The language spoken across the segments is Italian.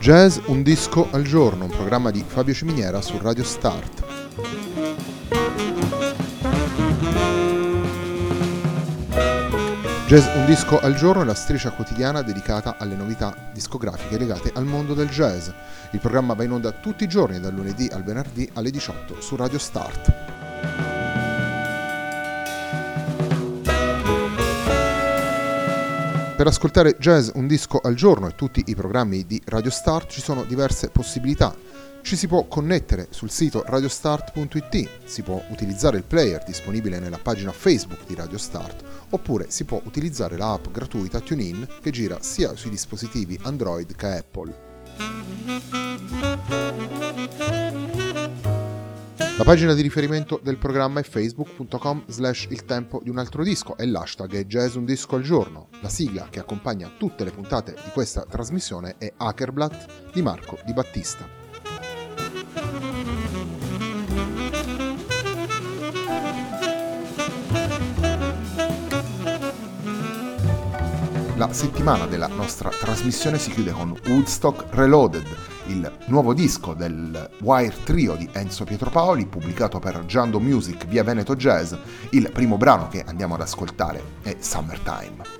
Jazz un disco al giorno, un programma di Fabio Ciminiera su Radio Start. Jazz un disco al giorno è la striscia quotidiana dedicata alle novità discografiche legate al mondo del jazz. Il programma va in onda tutti i giorni, dal lunedì al venerdì alle 18 su Radio Start. Per ascoltare Jazz un disco al giorno e tutti i programmi di Radio Start ci sono diverse possibilità. Ci si può connettere sul sito radiostart.it, si può utilizzare il player disponibile nella pagina Facebook di Radio Start, oppure si può utilizzare la app gratuita TuneIn che gira sia sui dispositivi Android che Apple. La pagina di riferimento del programma è facebook.com/il tempo di un altro disco e l'hashtag è Jazz un disco al giorno. La sigla che accompagna tutte le puntate di questa trasmissione è Hackerblatt di Marco Di Battista. La settimana della nostra trasmissione si chiude con Woodstock Reloaded, il nuovo disco del Wire Trio di Enzo Pietropaoli, pubblicato per Giando Music via Veneto Jazz. Il primo brano che andiamo ad ascoltare è Summertime.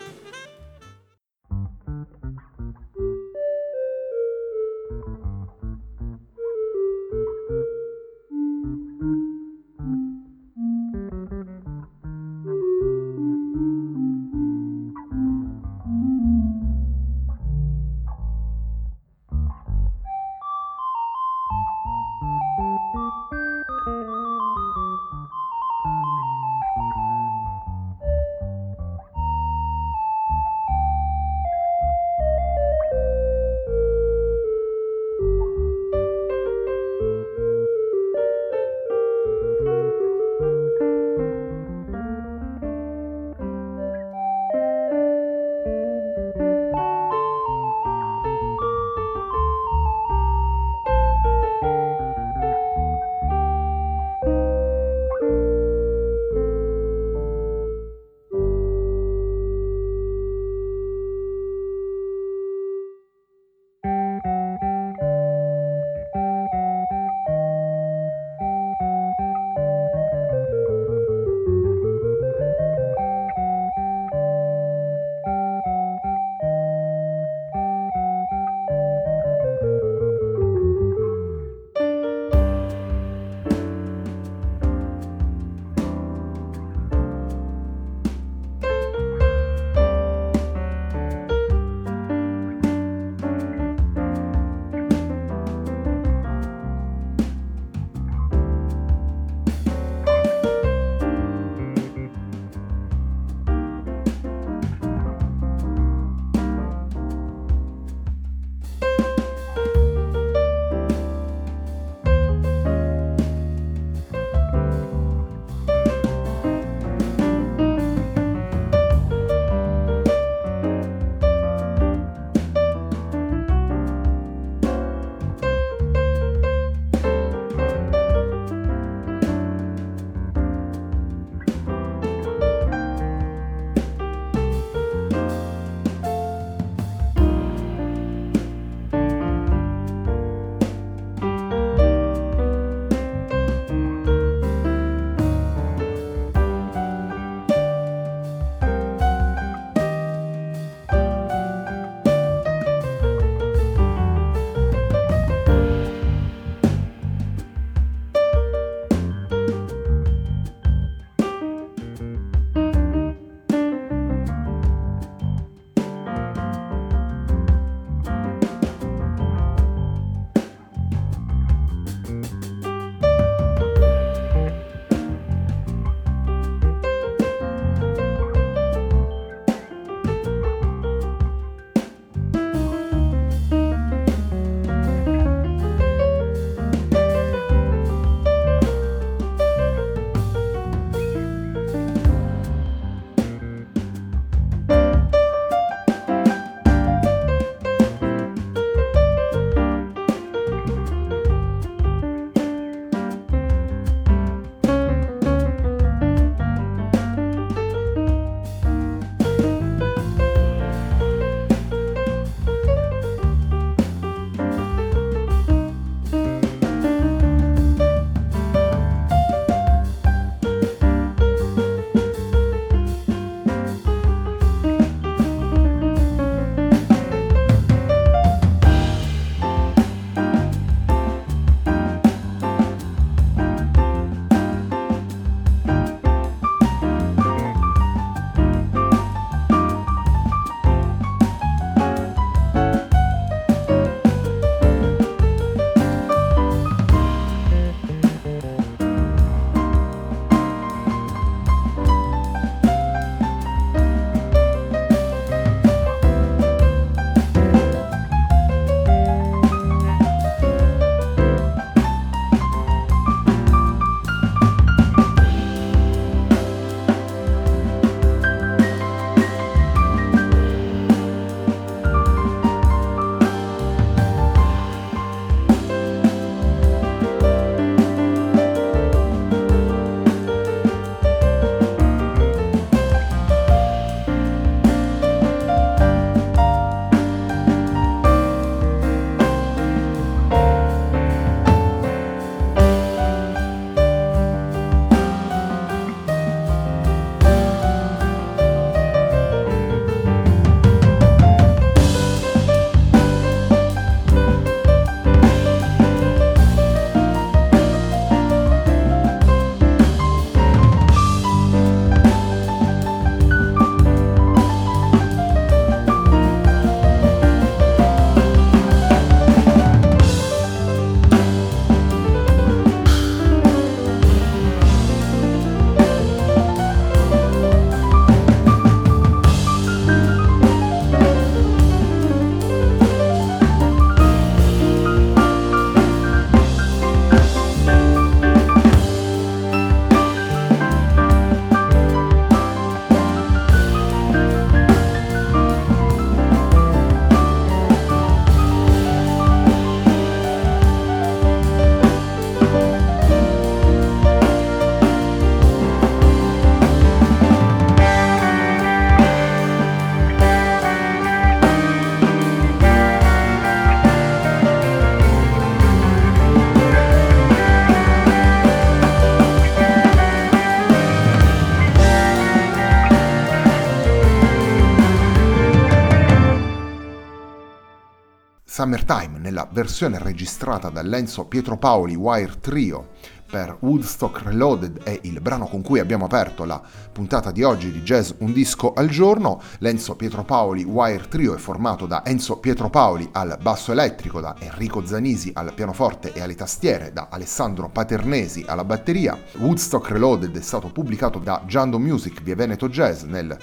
Summertime nella versione registrata dall'Enzo Pietropavoli Wire Trio per Woodstock Reloaded è il brano con cui abbiamo aperto la puntata di oggi di Jazz Un Disco al Giorno. L'Enzo Pietropavoli Wire Trio è formato da Enzo Pietropavoli al basso elettrico, da Enrico Zanisi al pianoforte e alle tastiere, da Alessandro Paternesi alla batteria. Woodstock Reloaded è stato pubblicato da Giando Music via Veneto Jazz nel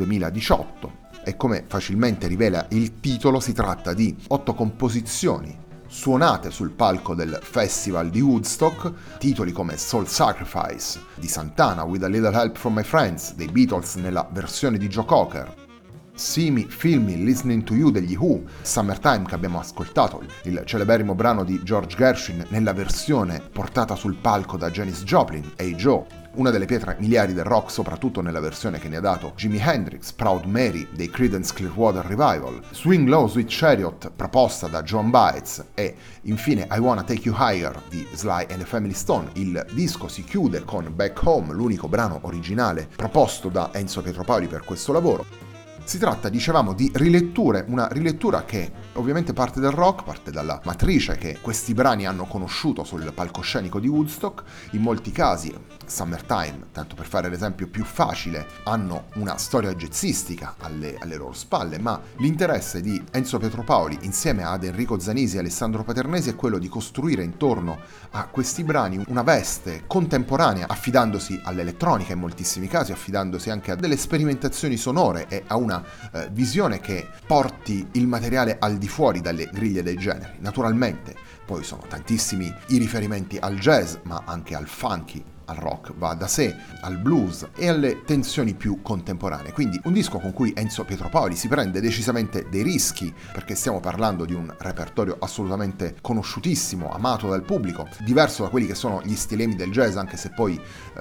2018 e, come facilmente rivela il titolo, si tratta di 8 composizioni suonate sul palco del Festival di Woodstock, titoli come Soul Sacrifice di Santana, With a Little Help from My Friends dei Beatles nella versione di Joe Cocker, See Me, Feel Me, Listening to You degli Who, Summertime che abbiamo ascoltato, il celeberrimo brano di George Gershwin nella versione portata sul palco da Janis Joplin, Hey Joe, una delle pietre miliari del rock, soprattutto nella versione che ne ha dato Jimi Hendrix, Proud Mary dei Creedence Clearwater Revival, Swing Low Sweet Chariot proposta da John Baez e infine I Wanna Take You Higher di Sly and the Family Stone. Il disco si chiude con Back Home, l'unico brano originale proposto da Enzo Pietropavoli per questo lavoro. Si tratta, dicevamo, di riletture, una rilettura che ovviamente parte dal rock, parte dalla matrice che questi brani hanno conosciuto sul palcoscenico di Woodstock. In molti casi, Summertime, tanto per fare l'esempio più facile, hanno una storia jazzistica alle loro spalle, ma l'interesse di Enzo Pietropavoli insieme ad Enrico Zanisi e Alessandro Paternesi è quello di costruire intorno a questi brani una veste contemporanea, affidandosi all'elettronica in moltissimi casi, affidandosi anche a delle sperimentazioni sonore e a una visione che porti il materiale al di fuori dalle griglie dei generi. Naturalmente poi sono tantissimi i riferimenti al jazz, ma anche al funky, al rock, va da sé, al blues e alle tensioni più contemporanee. Quindi un disco con cui Enzo Pietropavoli si prende decisamente dei rischi, perché stiamo parlando di un repertorio assolutamente conosciutissimo, amato dal pubblico, diverso da quelli che sono gli stilemi del jazz, anche se poi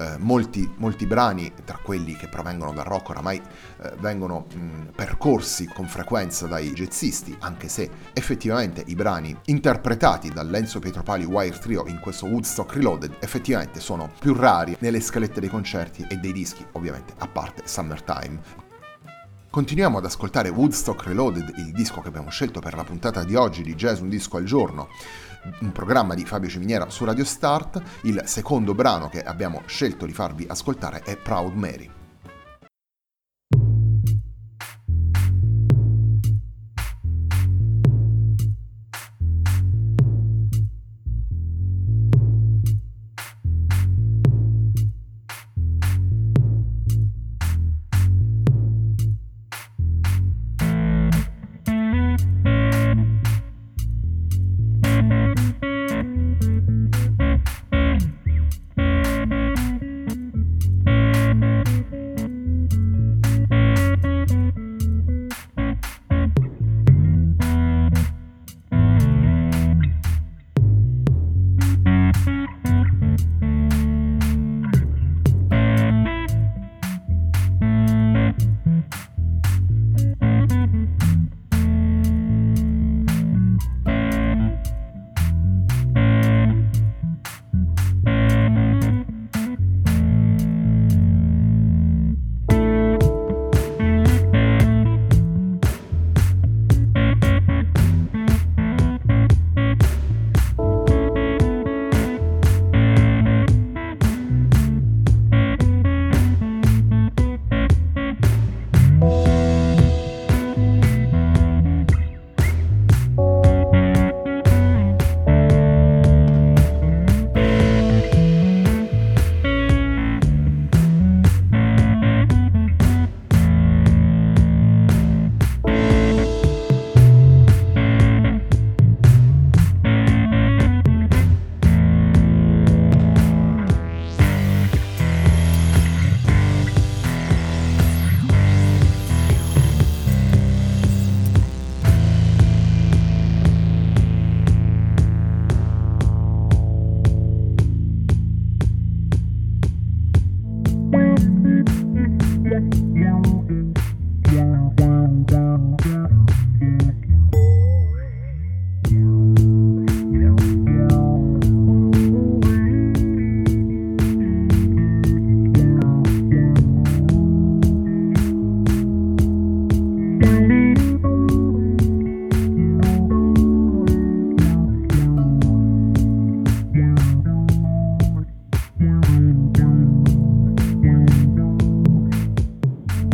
molti brani, tra quelli che provengono dal rock, oramai vengono percorsi con frequenza dai jazzisti, anche se effettivamente i brani interpretati dall'Enzo Pietropavoli Wire Trio in questo Woodstock Reloaded effettivamente sono più rari nelle scalette dei concerti e dei dischi, ovviamente, a parte Summertime. Continuiamo ad ascoltare Woodstock Reloaded, il disco che abbiamo scelto per la puntata di oggi di Jazz Un Disco al Giorno, un programma di Fabio Ciminiera su Radio Start. Il secondo brano che abbiamo scelto di farvi ascoltare è Proud Mary.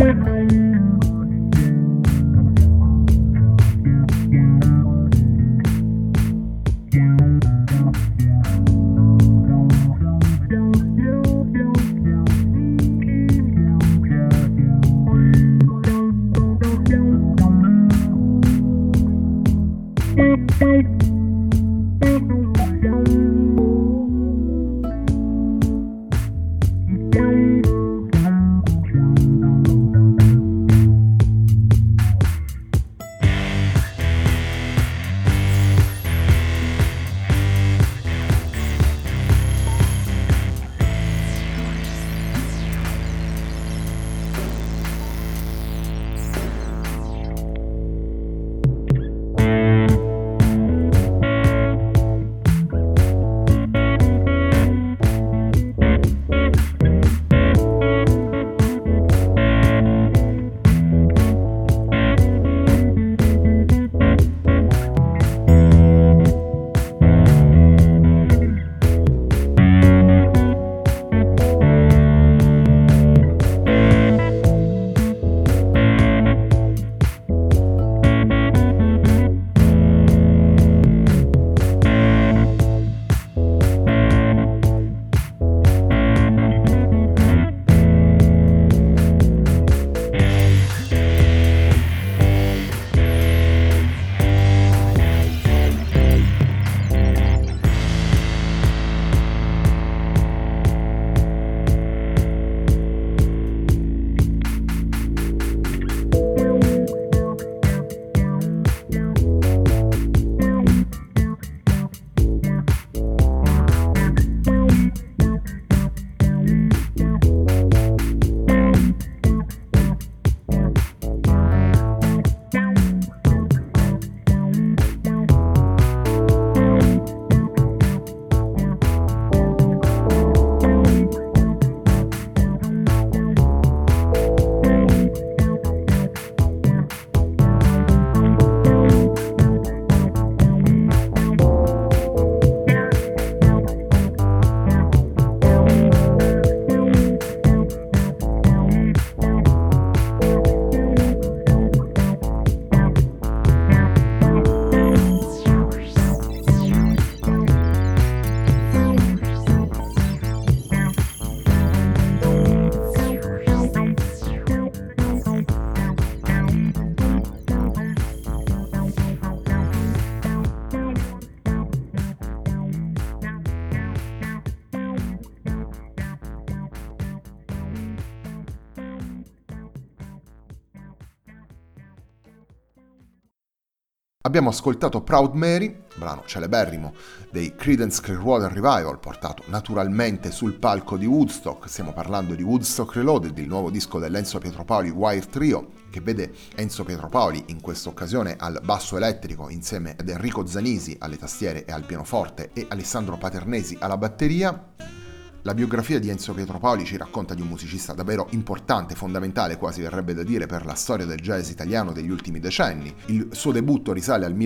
Abbiamo ascoltato Proud Mary, brano celeberrimo dei Creedence Clearwater Revival, portato naturalmente sul palco di Woodstock. Stiamo parlando di Woodstock Reloaded, il nuovo disco dell'Enzo Pietropoli Wire Trio, che vede Enzo Pietropoli in questa occasione al basso elettrico insieme ad Enrico Zanisi alle tastiere e al pianoforte e Alessandro Paternesi alla batteria. La biografia di Enzo Pietropoli ci racconta di un musicista davvero importante, fondamentale, quasi verrebbe da dire, per la storia del jazz italiano degli ultimi decenni. Il suo debutto risale al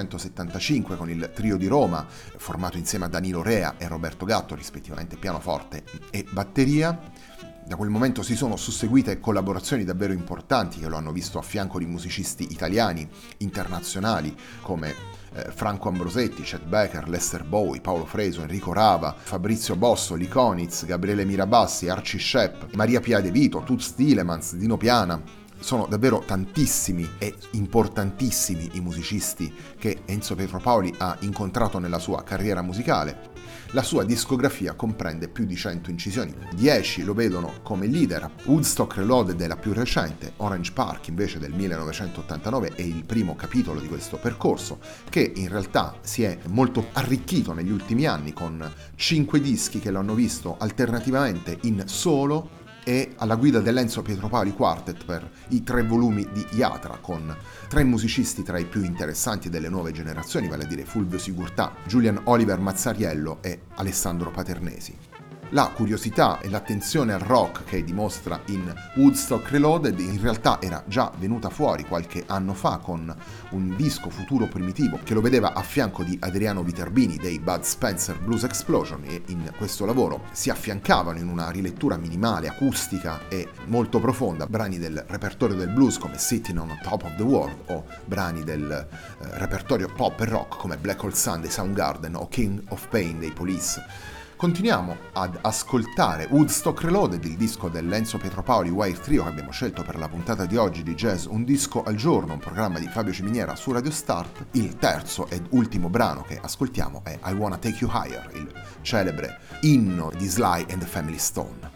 1975 con il Trio di Roma, formato insieme a Danilo Rea e Roberto Gatto, rispettivamente pianoforte e batteria. Da quel momento si sono susseguite collaborazioni davvero importanti che lo hanno visto a fianco di musicisti italiani, internazionali, come Franco Ambrosetti, Chet Baker, Lester Bowie, Paolo Freso, Enrico Rava, Fabrizio Bosso, Lee Konitz, Gabriele Mirabassi, Archie Shepp, Maria Pia De Vito, Toots Thielemans, Dino Piana. Sono davvero tantissimi e importantissimi i musicisti che Enzo Pietropoli ha incontrato nella sua carriera musicale. La sua discografia comprende più di 100 incisioni, 10 lo vedono come leader. Woodstock Reloaded è la più recente, Orange Park invece del 1989 è il primo capitolo di questo percorso, che in realtà si è molto arricchito negli ultimi anni con 5 dischi che lo hanno visto alternativamente in solo e alla guida dell'Enzo Pietropoli Quartet per i 3 volumi di Yatra, con 3 musicisti tra i più interessanti delle nuove generazioni, vale a dire Fulvio Sigurtà, Julian Oliver Mazzariello e Alessandro Paternesi. La curiosità e l'attenzione al rock che dimostra in Woodstock Reloaded in realtà era già venuta fuori qualche anno fa con un disco Futuro Primitivo che lo vedeva a fianco di Adriano Viterbini dei Bud Spencer Blues Explosion, e in questo lavoro si affiancavano in una rilettura minimale, acustica e molto profonda brani del repertorio del blues come Sitting on Top of the World o brani del repertorio pop e rock come Black Hole Sun dei Soundgarden o King of Pain dei Police. Continuiamo ad ascoltare Woodstock Reloaded, il disco dell'Enzo Pietropaoli Wire Trio che abbiamo scelto per la puntata di oggi di Jazz Un Disco al Giorno, un programma di Fabio Ciminiera su Radio Start. Il terzo ed ultimo brano che ascoltiamo è I Wanna Take You Higher, il celebre inno di Sly and the Family Stone.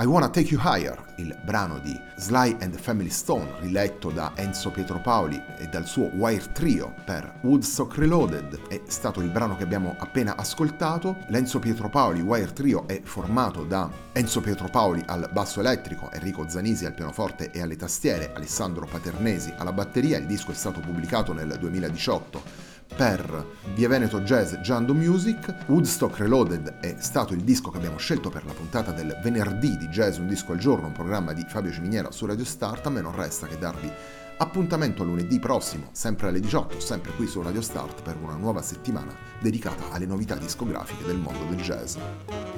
I Wanna Take You Higher, il brano di Sly and the Family Stone, riletto da Enzo Pietropavoli e dal suo Wire Trio per Woodstock Reloaded, è stato il brano che abbiamo appena ascoltato. L'Enzo Pietropavoli Wire Trio è formato da Enzo Pietropavoli al basso elettrico, Enrico Zanisi al pianoforte e alle tastiere, Alessandro Paternesi alla batteria. Il disco è stato pubblicato nel 2018 per Via Veneto Jazz Giando Music. Woodstock Reloaded è stato il disco che abbiamo scelto per la puntata del venerdì di Jazz Un Disco al Giorno, un programma di Fabio Ciminiera su Radio Start. A me non resta che darvi appuntamento a lunedì prossimo, sempre alle 18, sempre qui su Radio Start, per una nuova settimana dedicata alle novità discografiche del mondo del jazz.